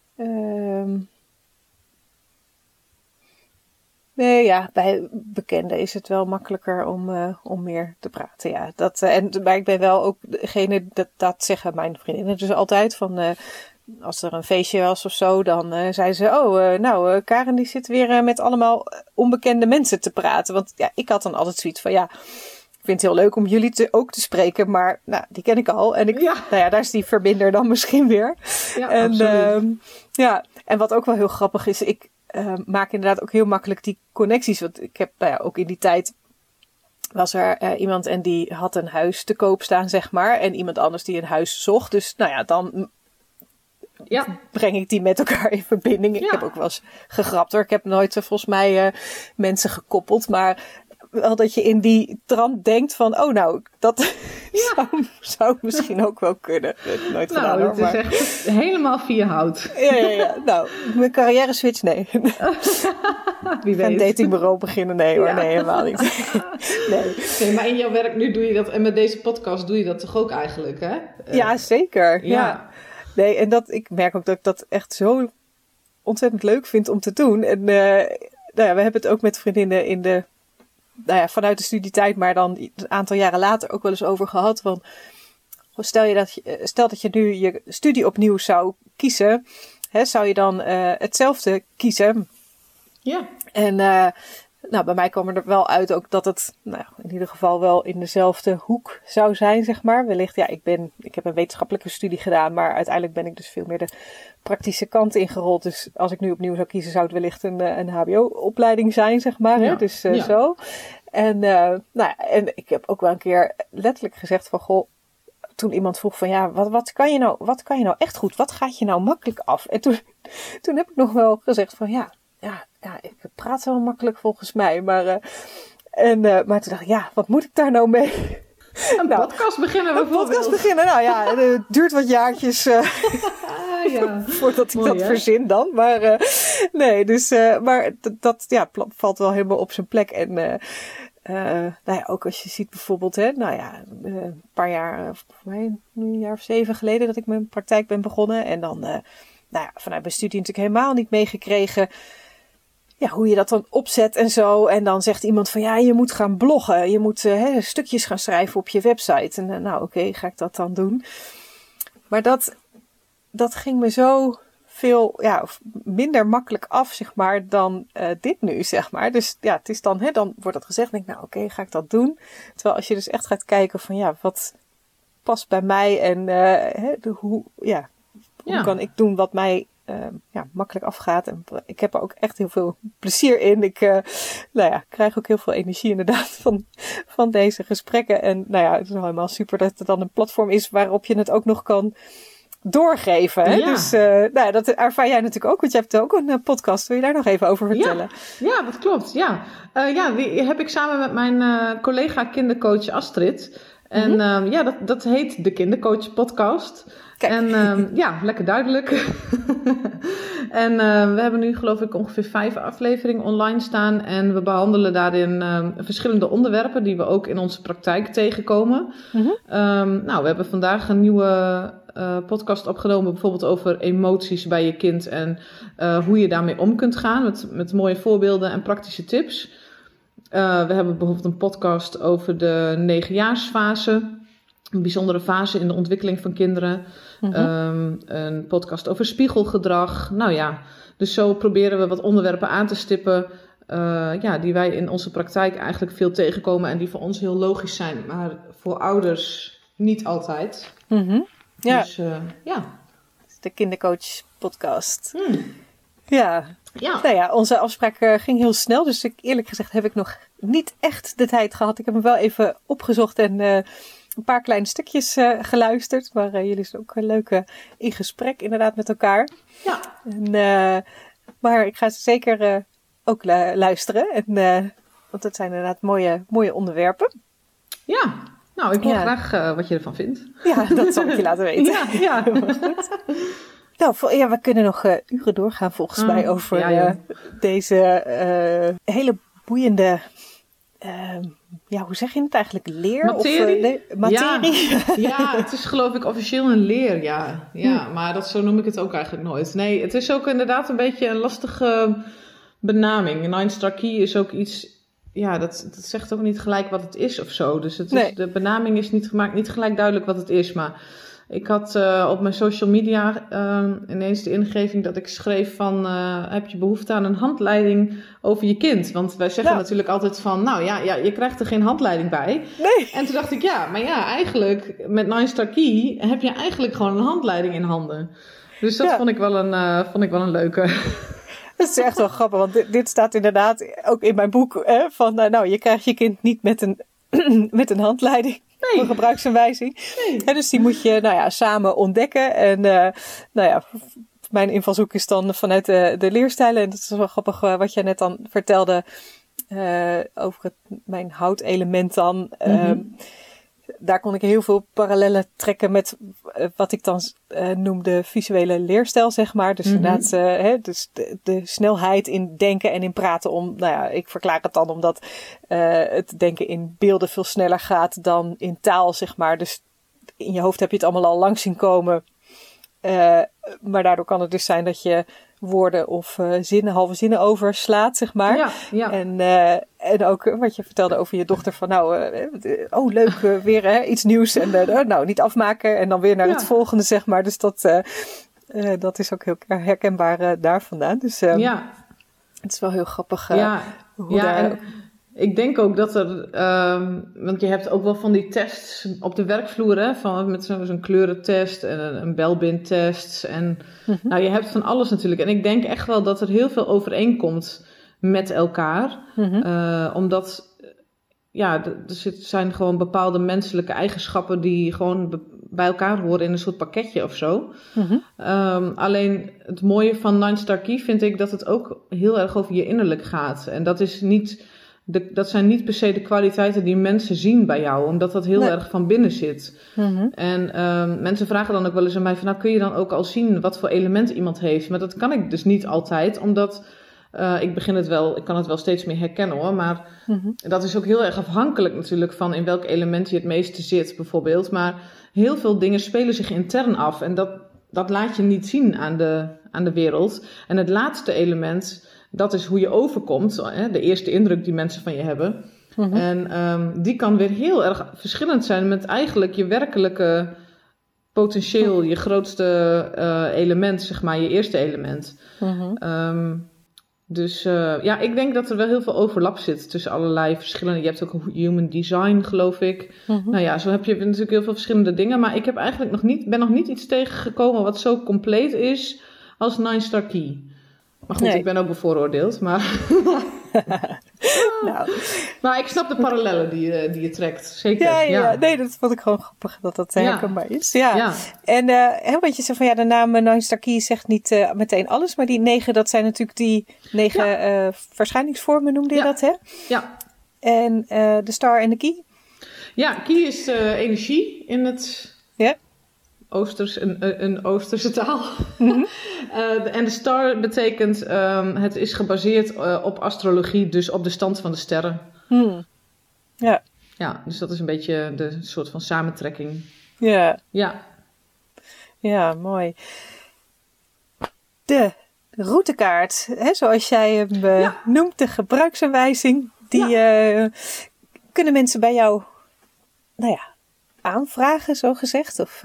bij bekenden is het wel makkelijker om meer te praten. Ja, maar ik ben wel ook degene, dat zeggen mijn vriendinnen dus altijd, van als er een feestje was of zo, dan zeiden ze, Karen die zit weer met allemaal onbekende mensen te praten. Want ik had dan altijd zoiets van, ik vind het heel leuk om jullie ook te spreken, maar die ken ik al. En daar is die verbinder dan misschien weer. Ja, en, absoluut. En wat ook wel heel grappig is, ik maak inderdaad ook heel makkelijk die connecties. Want ik heb, ook in die tijd was er iemand en die had een huis te koop staan, zeg maar. En iemand anders die een huis zocht. Dus dan breng ik die met elkaar in verbinding. Ik heb ook wel eens gegrapt hoor. Ik heb nooit volgens mij mensen gekoppeld. Maar wel dat je in die trant denkt van, dat zou misschien ook wel kunnen. Dat heb ik nooit gedaan hoor. Het is echt helemaal via hout. Ja. Mijn carrière switch, nee. Wie weet. Een datingbureau beginnen, nee hoor. Nee, helemaal niet. Nee, maar in jouw werk nu doe je dat, en met deze podcast doe je dat toch ook eigenlijk, hè? Ja, zeker. Ja. Nee, en ik merk ook dat ik dat echt zo ontzettend leuk vind om te doen. En we hebben het ook met vriendinnen in de... vanuit de studietijd, maar dan een aantal jaren later ook wel eens over gehad. Want stel dat je nu je studie opnieuw zou kiezen, zou je dan hetzelfde kiezen? Ja. En bij mij kwam er wel uit ook dat het in ieder geval wel in dezelfde hoek zou zijn, zeg maar. Wellicht, ik heb een wetenschappelijke studie gedaan, maar uiteindelijk ben ik dus veel meer de praktische kant ingerold. Dus als ik nu opnieuw zou kiezen, zou het wellicht een hbo-opleiding zijn, zeg maar. Ja. Hè? Dus zo. En, en ik heb ook wel een keer letterlijk gezegd van, goh, toen iemand vroeg van, wat kan je nou echt goed? Wat gaat je nou makkelijk af? En toen heb ik nog wel gezegd van, ik praat wel makkelijk volgens mij. Maar toen dacht ik, wat moet ik daar nou mee? Een podcast beginnen bijvoorbeeld. Een podcast beginnen, het duurt wat jaartjes voordat ik dat verzin dan. Maar maar dat valt wel helemaal op zijn plek. En ook als je ziet bijvoorbeeld, een paar jaar, voor mij een jaar of 7 geleden dat ik mijn praktijk ben begonnen. En dan, vanuit mijn studie natuurlijk helemaal niet meegekregen hoe je dat dan opzet en zo. En dan zegt iemand van, je moet gaan bloggen. Je moet stukjes gaan schrijven op je website. En oké, ga ik dat dan doen. Maar dat ging me zo veel, of minder makkelijk af, zeg maar, dan dit nu, zeg maar. Dus het is dan, dan wordt dat gezegd. Denk ik, oké, ga ik dat doen. Terwijl als je dus echt gaat kijken van, wat past bij mij en hoe kan ik doen wat mij makkelijk afgaat. En ik heb er ook echt heel veel plezier in. Ik krijg ook heel veel energie inderdaad van deze gesprekken. En het is helemaal super dat er dan een platform is waarop je het ook nog kan doorgeven. Hè? Ja. Dus dat ervaar jij natuurlijk ook, want je hebt ook een podcast. Wil je daar nog even over vertellen? Ja, dat klopt. Ja. Die heb ik samen met mijn collega kindercoach Astrid. En dat heet de Kindercoach Podcast. Kijk. En lekker duidelijk. En we hebben nu geloof ik ongeveer 5 afleveringen online staan. En we behandelen daarin verschillende onderwerpen die we ook in onze praktijk tegenkomen. We hebben vandaag een nieuwe podcast opgenomen. Bijvoorbeeld over emoties bij je kind. En hoe je daarmee om kunt gaan. Met mooie voorbeelden en praktische tips. We hebben bijvoorbeeld een podcast over de 9-jaarsfase. een bijzondere fase in de ontwikkeling van kinderen. Een podcast over spiegelgedrag. Nou ja, dus zo proberen we wat onderwerpen aan te stippen die wij in onze praktijk eigenlijk veel tegenkomen en die voor ons heel logisch zijn, maar voor ouders niet altijd. Ja. Dus De kindercoach podcast. Ja. Nou ja, onze afspraak ging heel snel. Dus eerlijk gezegd heb ik nog niet echt de tijd gehad. Ik heb hem wel even opgezocht en een paar kleine stukjes geluisterd. Maar jullie zijn ook leuk in gesprek inderdaad met elkaar. Ja. Maar ik ga ze zeker ook luisteren. Want het zijn inderdaad mooie onderwerpen. Ja, nou ik hoor graag wat je ervan vindt. Ja, dat zal ik je laten weten. Ja. Goed. Nou, we kunnen nog uren doorgaan volgens mij over deze hele boeiende, hoe zeg je het eigenlijk? Leer? Materie? Of materie? Ja, het is geloof ik officieel een leer, ja. Maar zo noem ik het ook eigenlijk nooit. Nee, het is ook inderdaad een beetje een lastige benaming. 9-star key is ook iets, dat zegt ook niet gelijk wat het is of zo. Dus de benaming is niet gelijk duidelijk wat het is, maar ik had op mijn social media ineens de ingeving dat ik schreef van heb je behoefte aan een handleiding over je kind? Want wij zeggen natuurlijk altijd van je krijgt er geen handleiding bij. Nee. En toen dacht ik eigenlijk met 9-star key heb je eigenlijk gewoon een handleiding in handen. Dus dat vond ik wel een leuke. Dat is echt wel grappig, want dit staat inderdaad ook in mijn boek van je krijgt je kind niet met een handleiding. Nee. Voor gebruiksaanwijzing. Nee. En dus die moet je samen ontdekken. En mijn invalshoek is dan vanuit de leerstijlen. En dat is wel grappig wat jij net dan vertelde over mijn houtelement dan. Daar kon ik heel veel parallellen trekken met wat ik dan noemde visuele leerstijl, zeg maar. Dus inderdaad, dus de snelheid in denken en in praten ik verklaar het dan omdat het denken in beelden veel sneller gaat dan in taal, zeg maar. Dus in je hoofd heb je het allemaal al langs zien komen. Maar daardoor kan het dus zijn dat je woorden of halve zinnen overslaat, zeg maar. Ja. En ook wat je vertelde over je dochter van leuk, weer iets nieuws. En niet afmaken en dan weer naar het volgende, zeg maar. Dus dat is ook heel herkenbaar daar vandaan. Dus het is wel heel grappig. En ik denk ook dat er, want je hebt ook wel van die tests op de vloer, met zo'n kleurentest en een belbindtest. En je hebt van alles natuurlijk. En ik denk echt wel dat er heel veel overeenkomt met elkaar. Omdat, er zijn gewoon bepaalde menselijke eigenschappen die gewoon bij elkaar horen in een soort pakketje of zo. Alleen het mooie van 9-star key vind ik dat het ook heel erg over je innerlijk gaat. En dat is niet... Dat zijn niet per se de kwaliteiten die mensen zien bij jou, omdat dat heel erg van binnen zit. En mensen vragen dan ook wel eens aan mij van, kun je dan ook al zien wat voor elementen iemand heeft? Maar dat kan ik dus niet altijd, omdat ik kan het wel steeds meer herkennen hoor, maar dat is ook heel erg afhankelijk natuurlijk van in welk element je het meeste zit bijvoorbeeld. Maar heel veel dingen spelen zich intern af en dat laat je niet zien aan de wereld. En het laatste element, dat is hoe je overkomt, de eerste indruk die mensen van je hebben. En die kan weer heel erg verschillend zijn met eigenlijk je werkelijke potentieel, je grootste element, zeg maar, je eerste element. Dus ik denk dat er wel heel veel overlap zit tussen allerlei verschillende. Je hebt ook human design, geloof ik. Zo heb je natuurlijk heel veel verschillende dingen. Maar ik heb eigenlijk ben nog niet iets tegengekomen wat zo compleet is als 9-star key. Maar goed, ik ben ook bevooroordeeld. Maar maar ik snap de parallellen die je trekt. Zeker. Ja. Nee, dat vond ik gewoon grappig dat herkenbaar is. Ja. En want je zegt van de naam 9-star key zegt niet meteen alles. Maar die 9, dat zijn natuurlijk die 9 verschijningsvormen, noemde je dat, hè? Ja. En de star en de key? Ja, key is energie in het... Ja. Een Oosterse taal. En de star betekent, het is gebaseerd op astrologie, dus op de stand van de sterren. Ja. Ja, dus dat is een beetje de soort van samentrekking. Ja. Ja, mooi. De routekaart, zoals jij hem noemt, de gebruiksaanwijzing, die kunnen mensen bij jou, aanvragen, zo gezegd. Of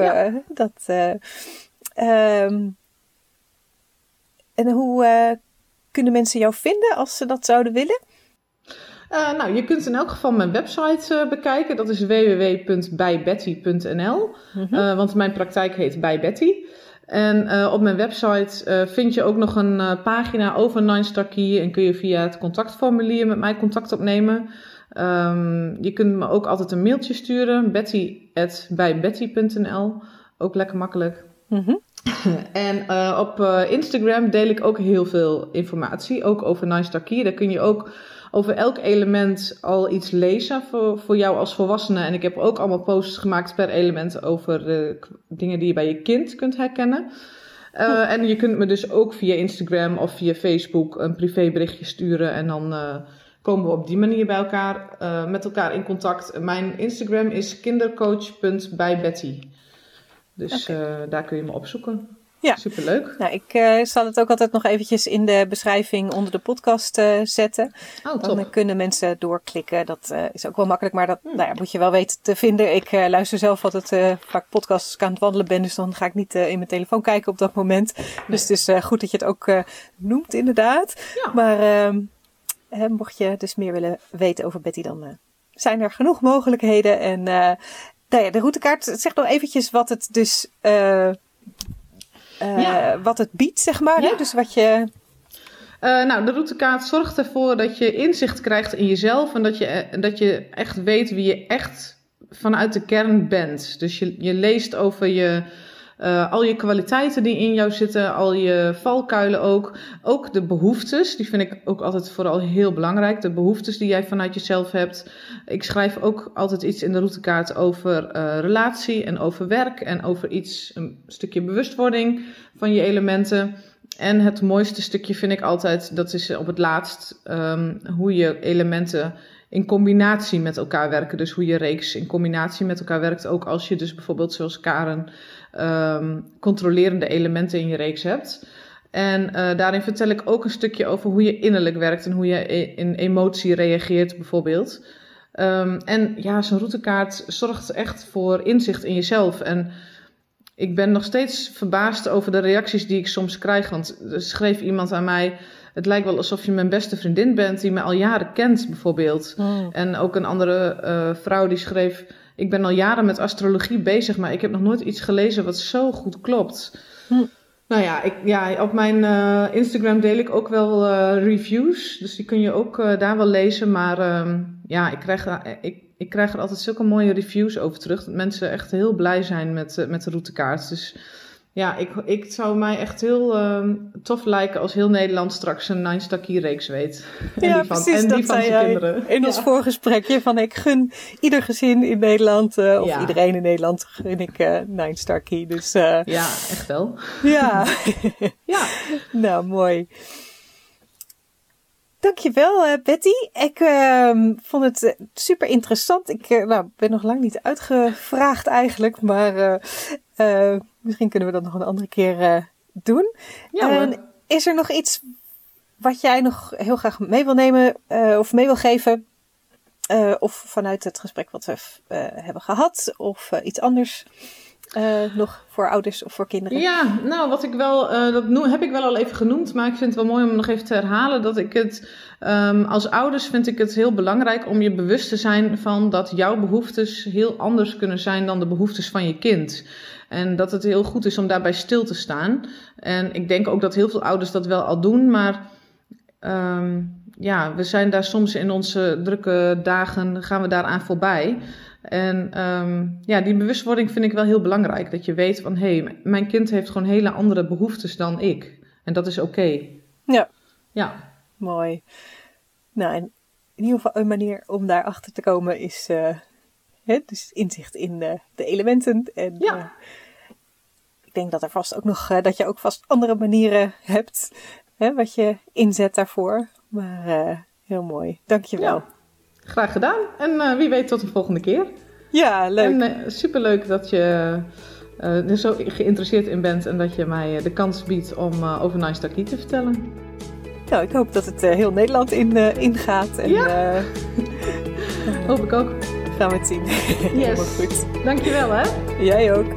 en hoe kunnen mensen jou vinden als ze dat zouden willen? Je kunt in elk geval mijn website bekijken. Dat is www.bijbetty.nl. Want mijn praktijk heet Bij Betty. En op mijn website vind je ook nog een pagina over 9-Star Key. En kun je via het contactformulier met mij contact opnemen. Je kunt me ook altijd een mailtje sturen. betty@bijbetty.nl. Ook lekker makkelijk. En op Instagram deel ik ook heel veel informatie. Ook over 9-Star Key. Daar kun je ook over elk element al iets lezen voor jou als volwassene. En ik heb ook allemaal posts gemaakt per element over dingen die je bij je kind kunt herkennen. En je kunt me dus ook via Instagram of via Facebook een privéberichtje sturen. En dan komen we op die manier bij elkaar, met elkaar in contact. Mijn Instagram is kindercoach.bijbetty. Dus daar kun je me opzoeken. Ja. Superleuk. Nou, ik zal het ook altijd nog eventjes in de beschrijving onder de podcast zetten. Dan kunnen mensen doorklikken. Dat is ook wel makkelijk, maar dat moet je wel weten te vinden. Ik luister zelf altijd vaak podcasts als ik aan het wandelen ben. Dus dan ga ik niet in mijn telefoon kijken op dat moment. Nee. Dus het is goed dat je het ook noemt, inderdaad. Ja. Maar mocht je dus meer willen weten over Betty, dan zijn er genoeg mogelijkheden. En de routekaart, zeg nog eventjes wat het dus... wat het biedt, zeg maar. Ja. Hè? Dus wat je... de routekaart zorgt ervoor dat je inzicht krijgt in jezelf. En dat je echt weet wie je echt vanuit de kern bent. Dus je leest over al je kwaliteiten die in jou zitten. Al je valkuilen ook. Ook de behoeftes. Die vind ik ook altijd vooral heel belangrijk. De behoeftes die jij vanuit jezelf hebt. Ik schrijf ook altijd iets in de routekaart over relatie en over werk. En over een stukje bewustwording van je elementen. En het mooiste stukje vind ik altijd, dat is op het laatst, hoe je elementen in combinatie met elkaar werken. Dus hoe je reeks in combinatie met elkaar werkt. Ook als je dus bijvoorbeeld, zoals Karen, controlerende elementen in je reeks hebt. En daarin vertel ik ook een stukje over hoe je innerlijk werkt en hoe je in emotie reageert bijvoorbeeld. Zo'n routekaart zorgt echt voor inzicht in jezelf. En ik ben nog steeds verbaasd over de reacties die ik soms krijg. Want er schreef iemand aan mij: het lijkt wel alsof je mijn beste vriendin bent die me al jaren kent bijvoorbeeld. En ook een andere vrouw die schreef: ik ben al jaren met astrologie bezig, maar ik heb nog nooit iets gelezen wat zo goed klopt. Op mijn Instagram deel ik ook wel reviews. Dus die kun je ook daar wel lezen. Maar ik krijg er altijd zulke mooie reviews over terug. Dat mensen echt heel blij zijn met de routekaart. Dus ja, ik zou mij echt heel tof lijken als heel Nederland straks een 9-Star Key reeks weet. Ja, precies. Dat zei jij in ons voorgesprekje. Van ik gun ieder gezin in Nederland, iedereen in Nederland, gun ik 9-Star Key. Dus, ja, echt wel. Ja. Ja. Nou, mooi. Dankjewel, Betty. Ik vond het super interessant. Ik ben nog lang niet uitgevraagd eigenlijk, maar misschien kunnen we dat nog een andere keer doen. Ja, is er nog iets wat jij nog heel graag mee wil nemen of mee wil geven? Of vanuit het gesprek wat we hebben gehad? Of iets anders nog voor ouders of voor kinderen? Ja, wat ik wel, heb ik wel al even genoemd. Maar ik vind het wel mooi om nog even te herhalen. Dat ik het, als ouders vind ik het heel belangrijk om je bewust te zijn van dat jouw behoeftes heel anders kunnen zijn dan de behoeftes van je kind. En dat het heel goed is om daarbij stil te staan. En ik denk ook dat heel veel ouders dat wel al doen. Maar we zijn daar soms in onze drukke dagen, gaan we daaraan voorbij. En die bewustwording vind ik wel heel belangrijk. Dat je weet van, mijn kind heeft gewoon hele andere behoeftes dan ik. En dat is oké. Ja. Mooi. Nou, en in ieder geval een manier om daarachter te komen is dus inzicht in de elementen. En ik denk dat er vast ook nog, dat je ook vast andere manieren hebt, wat je inzet daarvoor. Maar heel mooi. Dankjewel. Ja. Graag gedaan. En wie weet tot de volgende keer. Ja, leuk. En superleuk dat je er zo geïnteresseerd in bent en dat je mij de kans biedt om over 9-Star Key te vertellen. Nou, ik hoop dat het heel Nederland ingaat. En, hoop ik ook. Gaan we het zien. Helemaal goed. Dankjewel hè. Jij ook.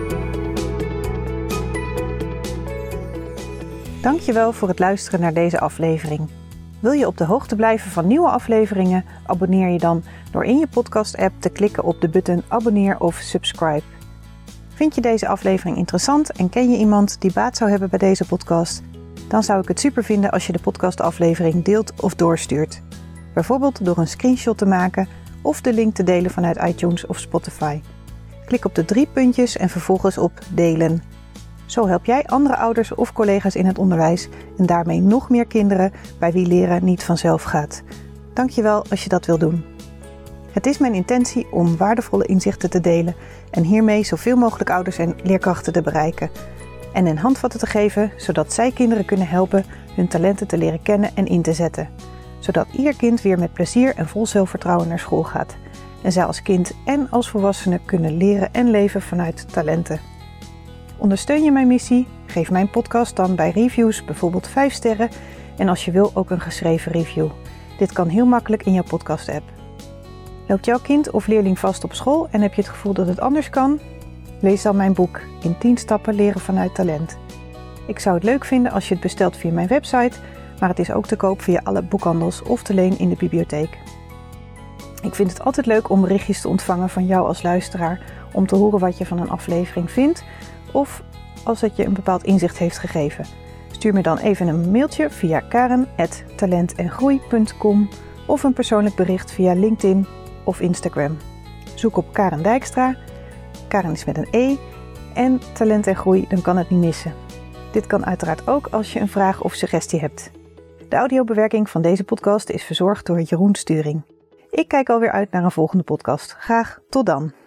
Dankjewel voor het luisteren naar deze aflevering. Wil je op de hoogte blijven van nieuwe afleveringen? Abonneer je dan door in je podcast-app te klikken op de button abonneer of subscribe. Vind je deze aflevering interessant en ken je iemand die baat zou hebben bij deze podcast? Dan zou ik het super vinden als je de podcastaflevering deelt of doorstuurt. Bijvoorbeeld door een screenshot te maken of de link te delen vanuit iTunes of Spotify. Klik op de 3 puntjes en vervolgens op delen. Zo help jij andere ouders of collega's in het onderwijs en daarmee nog meer kinderen bij wie leren niet vanzelf gaat. Dankjewel als je dat wil doen. Het is mijn intentie om waardevolle inzichten te delen en hiermee zoveel mogelijk ouders en leerkrachten te bereiken. En hen handvatten te geven, zodat zij kinderen kunnen helpen hun talenten te leren kennen en in te zetten. Zodat ieder kind weer met plezier en vol zelfvertrouwen naar school gaat. En zij als kind en als volwassene kunnen leren en leven vanuit talenten. Ondersteun je mijn missie? Geef mijn podcast dan bij reviews bijvoorbeeld 5 sterren en als je wil ook een geschreven review. Dit kan heel makkelijk in jouw podcast-app. Loopt jouw kind of leerling vast op school en heb je het gevoel dat het anders kan? Lees dan mijn boek In 10 stappen leren vanuit talent. Ik zou het leuk vinden als je het bestelt via mijn website, maar het is ook te koop via alle boekhandels of te leen in de bibliotheek. Ik vind het altijd leuk om berichtjes te ontvangen van jou als luisteraar om te horen wat je van een aflevering vindt of als het je een bepaald inzicht heeft gegeven. Stuur me dan even een mailtje via karen@talentengroei.com of een persoonlijk bericht via LinkedIn of Instagram. Zoek op Karen Dijkstra, Karen is met een E, en Talent en Groei, dan kan het niet missen. Dit kan uiteraard ook als je een vraag of suggestie hebt. De audiobewerking van deze podcast is verzorgd door Jeroen Sturing. Ik kijk alweer uit naar een volgende podcast. Graag tot dan!